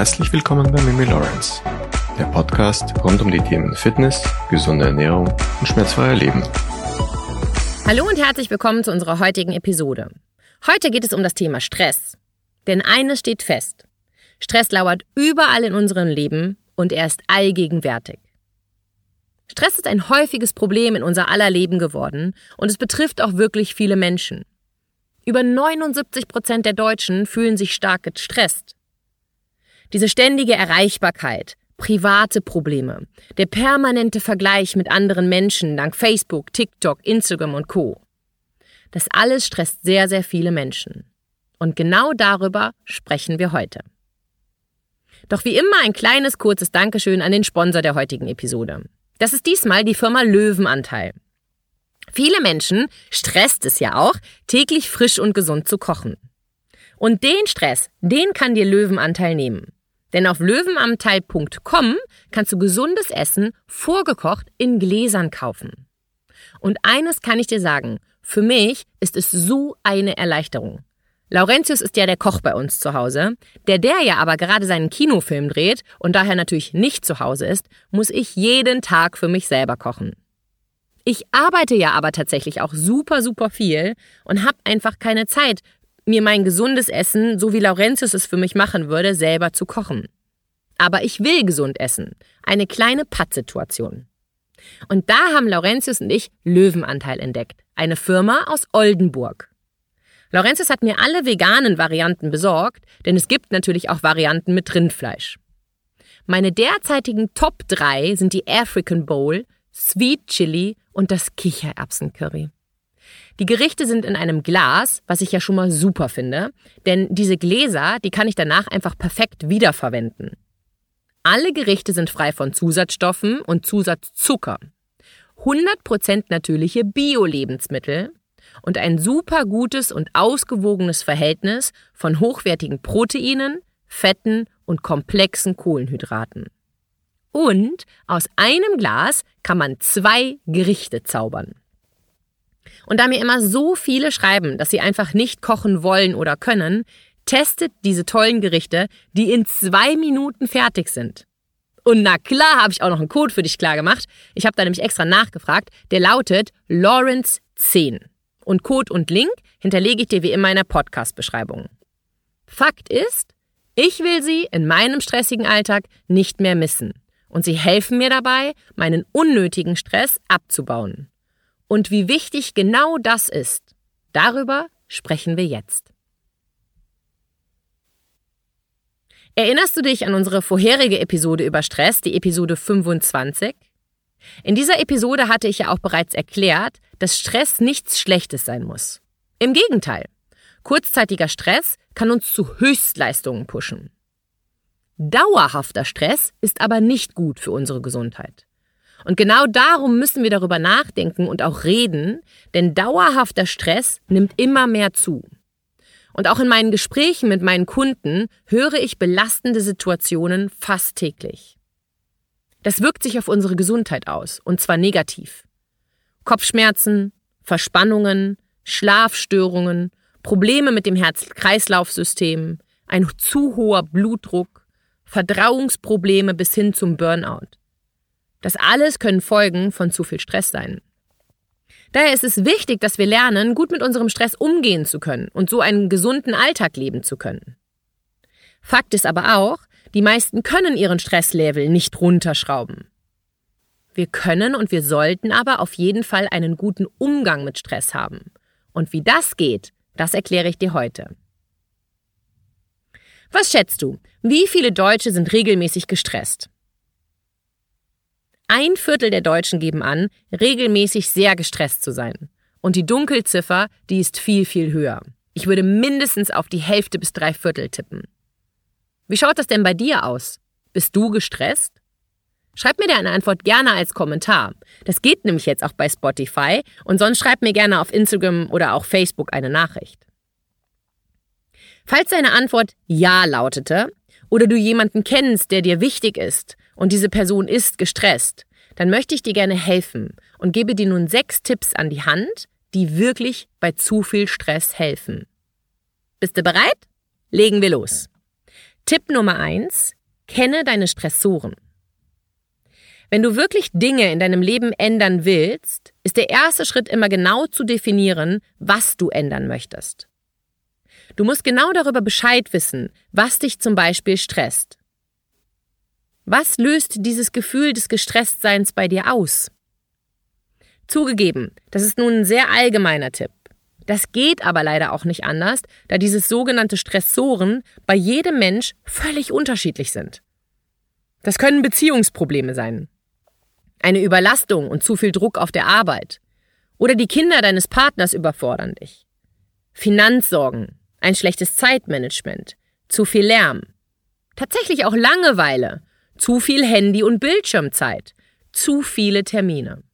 Herzlich willkommen bei Mimi Lawrence, der Podcast rund um die Themen Fitness, gesunde Ernährung und schmerzfreier Leben. Hallo und herzlich willkommen zu unserer heutigen Episode. Heute geht es um das Thema Stress. Denn eines steht fest: Stress lauert überall in unserem Leben und er ist allgegenwärtig. Stress ist ein häufiges Problem in unser aller Leben geworden und es betrifft auch wirklich viele Menschen. Über 79% der Deutschen fühlen sich stark gestresst. Diese ständige Erreichbarkeit, private Probleme, der permanente Vergleich mit anderen Menschen dank Facebook, TikTok, Instagram und Co. Das alles stresst sehr, sehr viele Menschen. Und genau darüber sprechen wir heute. Doch wie immer ein kleines, kurzes Dankeschön an den Sponsor der heutigen Episode. Das ist diesmal die Firma Löwenanteil. Viele Menschen stresst es ja auch, täglich frisch und gesund zu kochen. Und den Stress, den kann dir Löwenanteil nehmen. Denn auf löwenanteil.com kannst du gesundes Essen vorgekocht in Gläsern kaufen. Und eines kann ich dir sagen, für mich ist es so eine Erleichterung. Laurentius ist ja der Koch bei uns zu Hause. Der ja aber gerade seinen Kinofilm dreht und daher natürlich nicht zu Hause ist, muss ich jeden Tag für mich selber kochen. Ich arbeite ja aber tatsächlich auch super, super viel und habe einfach keine Zeit, mir mein gesundes Essen, so wie Laurentius es für mich machen würde, selber zu kochen. Aber ich will gesund essen. Eine kleine Pattsituation. Und da haben Laurentius und ich Löwenanteil entdeckt. Eine Firma aus Oldenburg. Laurentius hat mir alle veganen Varianten besorgt, denn es gibt natürlich auch Varianten mit Rindfleisch. Meine derzeitigen Top 3 sind die African Bowl, Sweet Chili und das Kichererbsencurry. Die Gerichte sind in einem Glas, was ich ja schon mal super finde, denn diese Gläser, die kann ich danach einfach perfekt wiederverwenden. Alle Gerichte sind frei von Zusatzstoffen und Zusatzzucker. 100% natürliche Bio-Lebensmittel und ein super gutes und ausgewogenes Verhältnis von hochwertigen Proteinen, Fetten und komplexen Kohlenhydraten. Und aus einem Glas kann man 2 Gerichte zaubern. Und da mir immer so viele schreiben, dass sie einfach nicht kochen wollen oder können, testet diese tollen Gerichte, die in 2 Minuten fertig sind. Und na klar habe ich auch noch einen Code für dich klar gemacht. Ich habe da nämlich extra nachgefragt. Der lautet Lawrence10. Und Code und Link hinterlege ich dir wie immer in der Podcast-Beschreibung. Fakt ist, ich will sie in meinem stressigen Alltag nicht mehr missen. Und sie helfen mir dabei, meinen unnötigen Stress abzubauen. Und wie wichtig genau das ist, darüber sprechen wir jetzt. Erinnerst du dich an unsere vorherige Episode über Stress, die Episode 25? In dieser Episode hatte ich ja auch bereits erklärt, dass Stress nichts Schlechtes sein muss. Im Gegenteil, kurzzeitiger Stress kann uns zu Höchstleistungen pushen. Dauerhafter Stress ist aber nicht gut für unsere Gesundheit. Und genau darum müssen wir darüber nachdenken und auch reden, denn dauerhafter Stress nimmt immer mehr zu. Und auch in meinen Gesprächen mit meinen Kunden höre ich belastende Situationen fast täglich. Das wirkt sich auf unsere Gesundheit aus, und zwar negativ. Kopfschmerzen, Verspannungen, Schlafstörungen, Probleme mit dem Herz-Kreislauf-System, ein zu hoher Blutdruck, Verdauungsprobleme bis hin zum Burnout. Das alles können Folgen von zu viel Stress sein. Daher ist es wichtig, dass wir lernen, gut mit unserem Stress umgehen zu können und so einen gesunden Alltag leben zu können. Fakt ist aber auch, die meisten können ihren Stresslevel nicht runterschrauben. Wir können und wir sollten aber auf jeden Fall einen guten Umgang mit Stress haben. Und wie das geht, das erkläre ich dir heute. Was schätzt du? Wie viele Deutsche sind regelmäßig gestresst? 1/4 der Deutschen geben an, regelmäßig sehr gestresst zu sein. Und die Dunkelziffer, die ist viel, viel höher. Ich würde mindestens auf die Hälfte bis 3/4 tippen. Wie schaut das denn bei dir aus? Bist du gestresst? Schreib mir deine Antwort gerne als Kommentar. Das geht nämlich jetzt auch bei Spotify und sonst schreib mir gerne auf Instagram oder auch Facebook eine Nachricht. Falls deine Antwort Ja lautete oder du jemanden kennst, der dir wichtig ist und diese Person ist gestresst, dann möchte ich dir gerne helfen und gebe dir nun 6 Tipps an die Hand, die wirklich bei zu viel Stress helfen. Bist du bereit? Legen wir los. Tipp Nummer 1: Kenne deine Stressoren. Wenn du wirklich Dinge in deinem Leben ändern willst, ist der erste Schritt immer genau zu definieren, was du ändern möchtest. Du musst genau darüber Bescheid wissen, was dich zum Beispiel stresst. Was löst dieses Gefühl des Gestresstseins bei dir aus? Zugegeben, das ist nun ein sehr allgemeiner Tipp. Das geht aber leider auch nicht anders, da diese sogenannten Stressoren bei jedem Mensch völlig unterschiedlich sind. Das können Beziehungsprobleme sein, eine Überlastung und zu viel Druck auf der Arbeit oder die Kinder deines Partners überfordern dich, Finanzsorgen, ein schlechtes Zeitmanagement, zu viel Lärm, tatsächlich auch Langeweile, zu viel Handy- und Bildschirmzeit, zu viele Termine.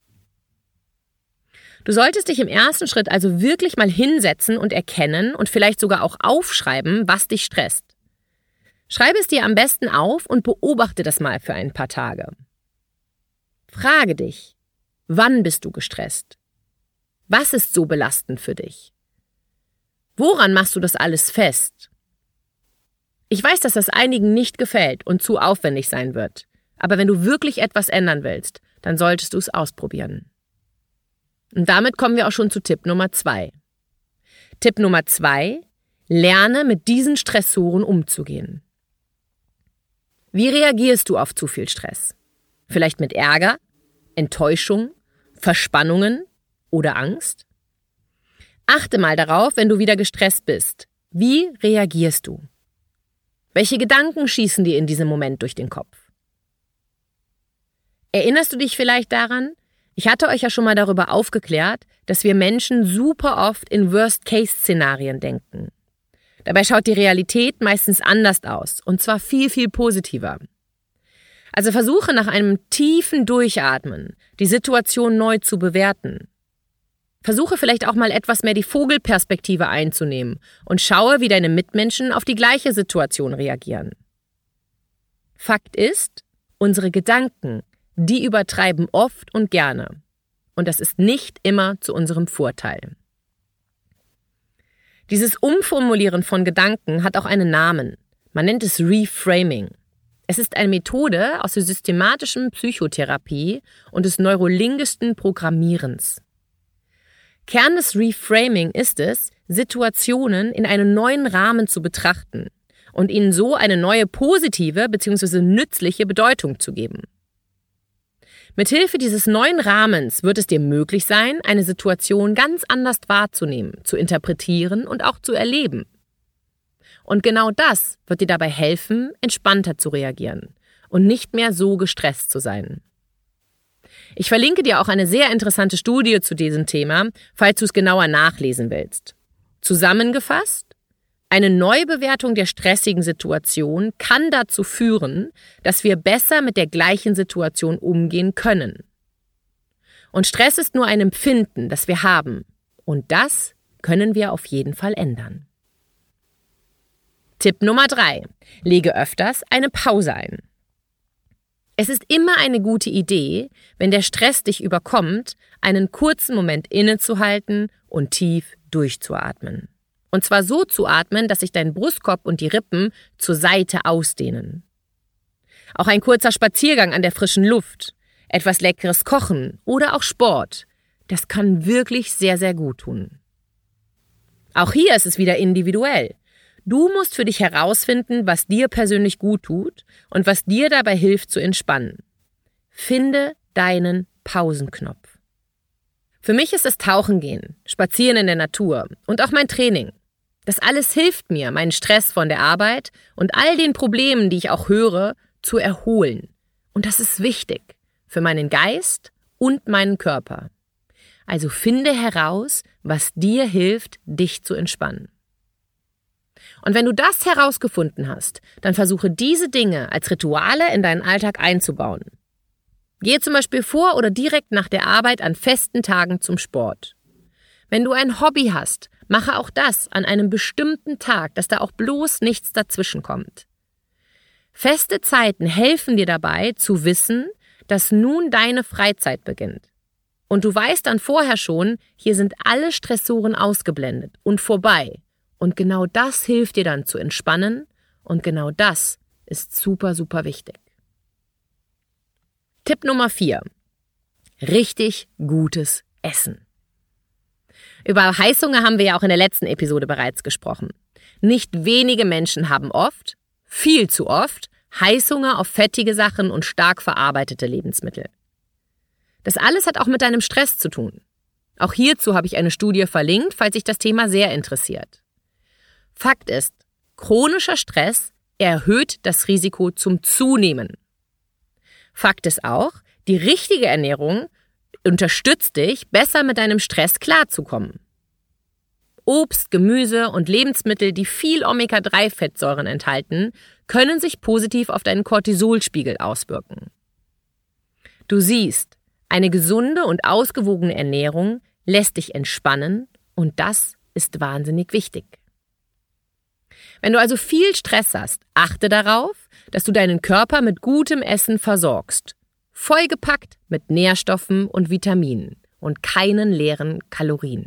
Du solltest dich im ersten Schritt also wirklich mal hinsetzen und erkennen und vielleicht sogar auch aufschreiben, was dich stresst. Schreibe es dir am besten auf und beobachte das mal für ein paar Tage. Frage dich, wann bist du gestresst? Was ist so belastend für dich? Woran machst du das alles fest? Ich weiß, dass das einigen nicht gefällt und zu aufwendig sein wird. Aber wenn du wirklich etwas ändern willst, dann solltest du es ausprobieren. Und damit kommen wir auch schon zu Tipp Nummer 2. Tipp Nummer 2: Lerne mit diesen Stressoren umzugehen. Wie reagierst du auf zu viel Stress? Vielleicht mit Ärger, Enttäuschung, Verspannungen oder Angst? Achte mal darauf, wenn du wieder gestresst bist. Wie reagierst du? Welche Gedanken schießen dir in diesem Moment durch den Kopf? Erinnerst du dich vielleicht daran? Ich hatte euch ja schon mal darüber aufgeklärt, dass wir Menschen super oft in Worst-Case-Szenarien denken. Dabei schaut die Realität meistens anders aus, und zwar viel, viel positiver. Also versuche nach einem tiefen Durchatmen, die Situation neu zu bewerten. Versuche vielleicht auch mal etwas mehr die Vogelperspektive einzunehmen und schaue, wie deine Mitmenschen auf die gleiche Situation reagieren. Fakt ist, unsere Gedanken, die übertreiben oft und gerne. Und das ist nicht immer zu unserem Vorteil. Dieses Umformulieren von Gedanken hat auch einen Namen. Man nennt es Reframing. Es ist eine Methode aus der systematischen Psychotherapie und des neurolinguistischen Programmierens. Kern des Reframing ist es, Situationen in einem neuen Rahmen zu betrachten und ihnen so eine neue positive bzw. nützliche Bedeutung zu geben. Mithilfe dieses neuen Rahmens wird es dir möglich sein, eine Situation ganz anders wahrzunehmen, zu interpretieren und auch zu erleben. Und genau das wird dir dabei helfen, entspannter zu reagieren und nicht mehr so gestresst zu sein. Ich verlinke dir auch eine sehr interessante Studie zu diesem Thema, falls du es genauer nachlesen willst. Zusammengefasst: Eine Neubewertung der stressigen Situation kann dazu führen, dass wir besser mit der gleichen Situation umgehen können. Und Stress ist nur ein Empfinden, das wir haben. Und das können wir auf jeden Fall ändern. Tipp Nummer 3: Lege öfters eine Pause ein. Es ist immer eine gute Idee, wenn der Stress dich überkommt, einen kurzen Moment innezuhalten und tief durchzuatmen. Und zwar so zu atmen, dass sich dein Brustkorb und die Rippen zur Seite ausdehnen. Auch ein kurzer Spaziergang an der frischen Luft, etwas leckeres Kochen oder auch Sport, das kann wirklich sehr, sehr gut tun. Auch hier ist es wieder individuell. Du musst für dich herausfinden, was dir persönlich gut tut und was dir dabei hilft zu entspannen. Finde deinen Pausenknopf. Für mich ist es Tauchen gehen, Spazieren in der Natur und auch mein Training. Das alles hilft mir, meinen Stress von der Arbeit und all den Problemen, die ich auch höre, zu erholen. Und das ist wichtig für meinen Geist und meinen Körper. Also finde heraus, was dir hilft, dich zu entspannen. Und wenn du das herausgefunden hast, dann versuche diese Dinge als Rituale in deinen Alltag einzubauen. Gehe zum Beispiel vor oder direkt nach der Arbeit an festen Tagen zum Sport. Wenn du ein Hobby hast, mache auch das an einem bestimmten Tag, dass da auch bloß nichts dazwischen kommt. Feste Zeiten helfen dir dabei, zu wissen, dass nun deine Freizeit beginnt. Und du weißt dann vorher schon, hier sind alle Stressoren ausgeblendet und vorbei. Und genau das hilft dir dann zu entspannen Und genau das ist super, super wichtig. Tipp Nummer 4. Richtig gutes Essen. Über Heißhunger haben wir ja auch in der letzten Episode bereits gesprochen. Nicht wenige Menschen haben oft, viel zu oft, Heißhunger auf fettige Sachen und stark verarbeitete Lebensmittel. Das alles hat auch mit deinem Stress zu tun. Auch hierzu habe ich eine Studie verlinkt, falls dich das Thema sehr interessiert. Fakt ist, chronischer Stress erhöht das Risiko zum Zunehmen. Fakt ist auch, die richtige Ernährung unterstützt dich, besser mit deinem Stress klarzukommen. Obst, Gemüse und Lebensmittel, die viel Omega-3-Fettsäuren enthalten, können sich positiv auf deinen Cortisolspiegel auswirken. Du siehst, eine gesunde und ausgewogene Ernährung lässt dich entspannen und das ist wahnsinnig wichtig. Wenn du also viel Stress hast, achte darauf, dass du deinen Körper mit gutem Essen versorgst. Vollgepackt mit Nährstoffen und Vitaminen und keinen leeren Kalorien.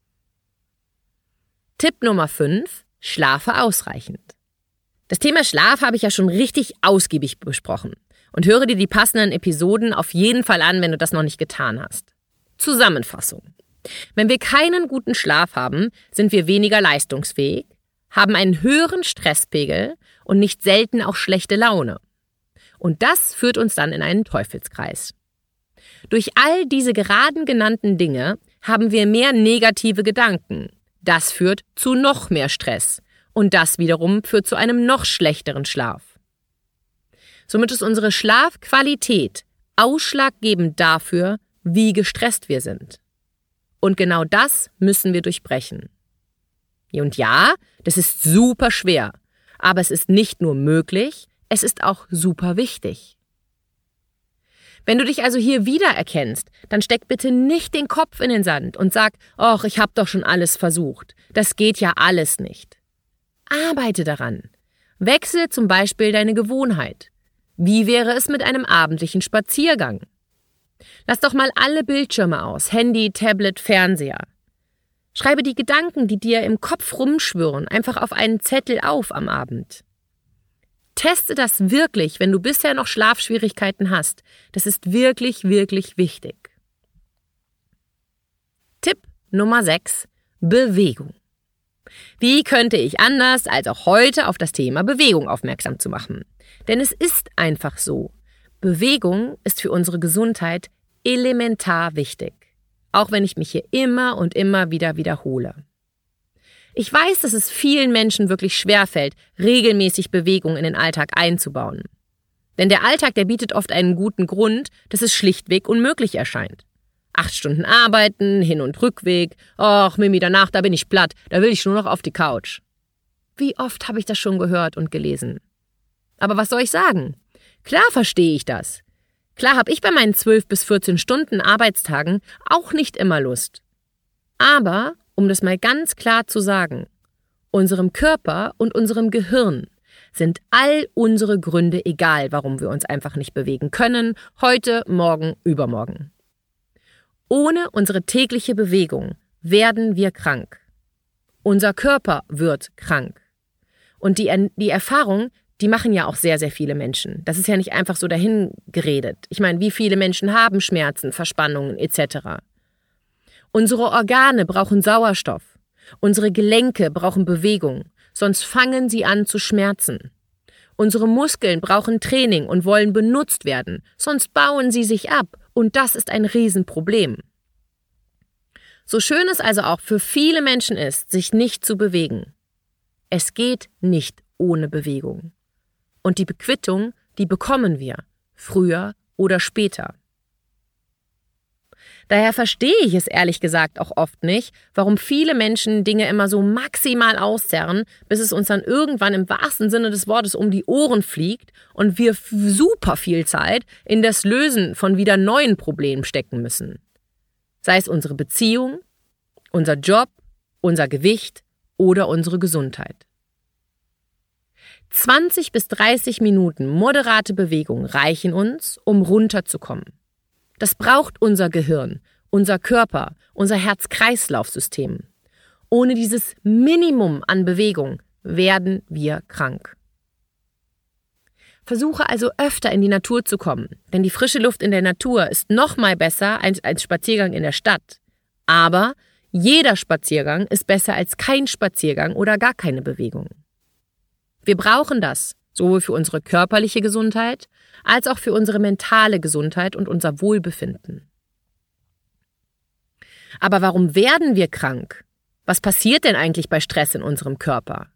Tipp Nummer 5. Schlafe ausreichend. Das Thema Schlaf habe ich ja schon richtig ausgiebig besprochen und höre dir die passenden Episoden auf jeden Fall an, wenn du das noch nicht getan hast. Zusammenfassung. Wenn wir keinen guten Schlaf haben, sind wir weniger leistungsfähig, haben einen höheren Stresspegel und nicht selten auch schlechte Laune. Und das führt uns dann in einen Teufelskreis. Durch all diese gerade genannten Dinge haben wir mehr negative Gedanken. Das führt zu noch mehr Stress. Und das wiederum führt zu einem noch schlechteren Schlaf. Somit ist unsere Schlafqualität ausschlaggebend dafür, wie gestresst wir sind. Und genau das müssen wir durchbrechen. Und ja, das ist super schwer, aber es ist nicht nur möglich, es ist auch super wichtig. Wenn du dich also hier wiedererkennst, dann steck bitte nicht den Kopf in den Sand und sag, ach, ich habe doch schon alles versucht. Das geht ja alles nicht. Arbeite daran. Wechsle zum Beispiel deine Gewohnheit. Wie wäre es mit einem abendlichen Spaziergang? Lass doch mal alle Bildschirme aus, Handy, Tablet, Fernseher. Schreibe die Gedanken, die dir im Kopf rumschwirren, einfach auf einen Zettel auf am Abend. Teste das wirklich, wenn du bisher noch Schlafschwierigkeiten hast. Das ist wirklich, wirklich wichtig. Tipp Nummer 6. Bewegung. Wie könnte ich anders, als auch heute auf das Thema Bewegung aufmerksam zu machen? Denn es ist einfach so. Bewegung ist für unsere Gesundheit elementar wichtig. Auch wenn ich mich hier immer und immer wieder wiederhole. Ich weiß, dass es vielen Menschen wirklich schwerfällt, regelmäßig Bewegung in den Alltag einzubauen. Denn der Alltag, der bietet oft einen guten Grund, dass es schlichtweg unmöglich erscheint. 8 Stunden arbeiten, Hin- und Rückweg, ach Mimi, danach, da bin ich platt, da will ich nur noch auf die Couch. Wie oft habe ich das schon gehört und gelesen? Aber was soll ich sagen? Klar verstehe ich das. Klar habe ich bei meinen 12 bis 14 Stunden Arbeitstagen auch nicht immer Lust. Aber, um das mal ganz klar zu sagen, unserem Körper und unserem Gehirn sind all unsere Gründe egal, warum wir uns einfach nicht bewegen können, heute, morgen, übermorgen. Ohne unsere tägliche Bewegung werden wir krank. Unser Körper wird krank. Und die Erfahrung, die machen ja auch sehr, sehr viele Menschen. Das ist ja nicht einfach so dahin geredet. Ich meine, wie viele Menschen haben Schmerzen, Verspannungen etc. Unsere Organe brauchen Sauerstoff. Unsere Gelenke brauchen Bewegung, sonst fangen sie an zu schmerzen. Unsere Muskeln brauchen Training und wollen benutzt werden, sonst bauen sie sich ab und das ist ein Riesenproblem. So schön es also auch für viele Menschen ist, sich nicht zu bewegen. Es geht nicht ohne Bewegung. Und die Bequittung, die bekommen wir, früher oder später. Daher verstehe ich es ehrlich gesagt auch oft nicht, warum viele Menschen Dinge immer so maximal auszerren, bis es uns dann irgendwann im wahrsten Sinne des Wortes um die Ohren fliegt und wir super viel Zeit in das Lösen von wieder neuen Problemen stecken müssen. Sei es unsere Beziehung, unser Job, unser Gewicht oder unsere Gesundheit. 20 bis 30 Minuten moderate Bewegung reichen uns, um runterzukommen. Das braucht unser Gehirn, unser Körper, unser Herz-Kreislauf-System. Ohne dieses Minimum an Bewegung werden wir krank. Versuche also öfter in die Natur zu kommen, denn die frische Luft in der Natur ist noch mal besser als ein Spaziergang in der Stadt. Aber jeder Spaziergang ist besser als kein Spaziergang oder gar keine Bewegung. Wir brauchen das, sowohl für unsere körperliche Gesundheit als auch für unsere mentale Gesundheit und unser Wohlbefinden. Aber warum werden wir krank? Was passiert denn eigentlich bei Stress in unserem Körper?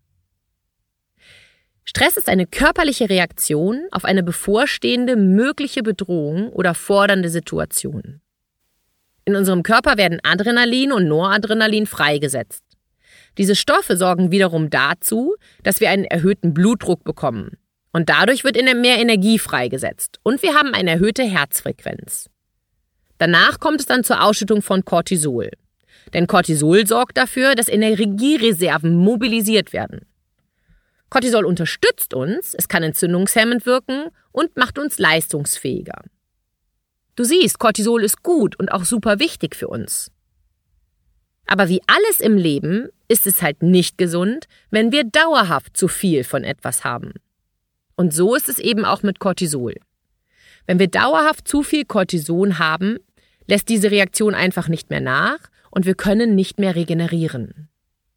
Stress ist eine körperliche Reaktion auf eine bevorstehende mögliche Bedrohung oder fordernde Situation. In unserem Körper werden Adrenalin und Noradrenalin freigesetzt. Diese Stoffe sorgen wiederum dazu, dass wir einen erhöhten Blutdruck bekommen. Und dadurch wird mehr Energie freigesetzt. Und wir haben eine erhöhte Herzfrequenz. Danach kommt es dann zur Ausschüttung von Cortisol. Denn Cortisol sorgt dafür, dass Energiereserven mobilisiert werden. Cortisol unterstützt uns, es kann entzündungshemmend wirken und macht uns leistungsfähiger. Du siehst, Cortisol ist gut und auch super wichtig für uns. Aber wie alles im Leben ist es halt nicht gesund, wenn wir dauerhaft zu viel von etwas haben. Und so ist es eben auch mit Cortisol. Wenn wir dauerhaft zu viel Cortison haben, lässt diese Reaktion einfach nicht mehr nach und wir können nicht mehr regenerieren.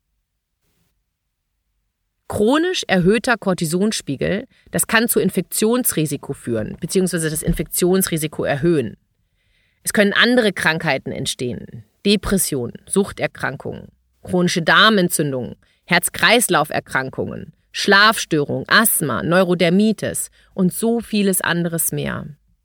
Chronisch erhöhter Cortisonspiegel, das kann zu Infektionsrisiko führen, bzw. das Infektionsrisiko erhöhen. Es können andere Krankheiten entstehen, Depressionen, Suchterkrankungen, chronische Darmentzündungen, Herz-Kreislauf-Erkrankungen, Schlafstörungen, Asthma, Neurodermitis und so vieles anderes mehr.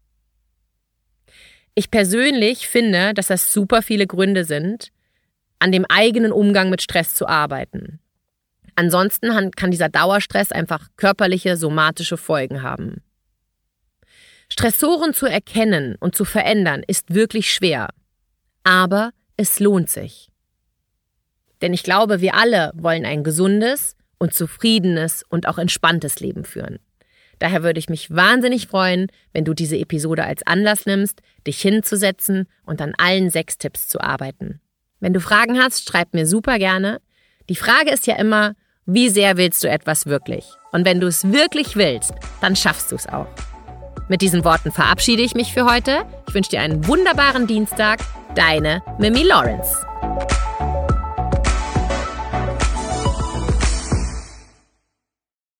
Ich persönlich finde, dass das super viele Gründe sind, an dem eigenen Umgang mit Stress zu arbeiten. Ansonsten kann dieser Dauerstress einfach körperliche, somatische Folgen haben. Stressoren zu erkennen und zu verändern ist wirklich schwer, aber es lohnt sich. Denn ich glaube, wir alle wollen ein gesundes und zufriedenes und auch entspanntes Leben führen. Daher würde ich mich wahnsinnig freuen, wenn du diese Episode als Anlass nimmst, dich hinzusetzen und an allen 6 Tipps zu arbeiten. Wenn du Fragen hast, schreib mir super gerne. Die Frage ist ja immer, wie sehr willst du etwas wirklich? Und wenn du es wirklich willst, dann schaffst du es auch. Mit diesen Worten verabschiede ich mich für heute. Ich wünsche dir einen wunderbaren Dienstag. Deine Mimi Lawrence.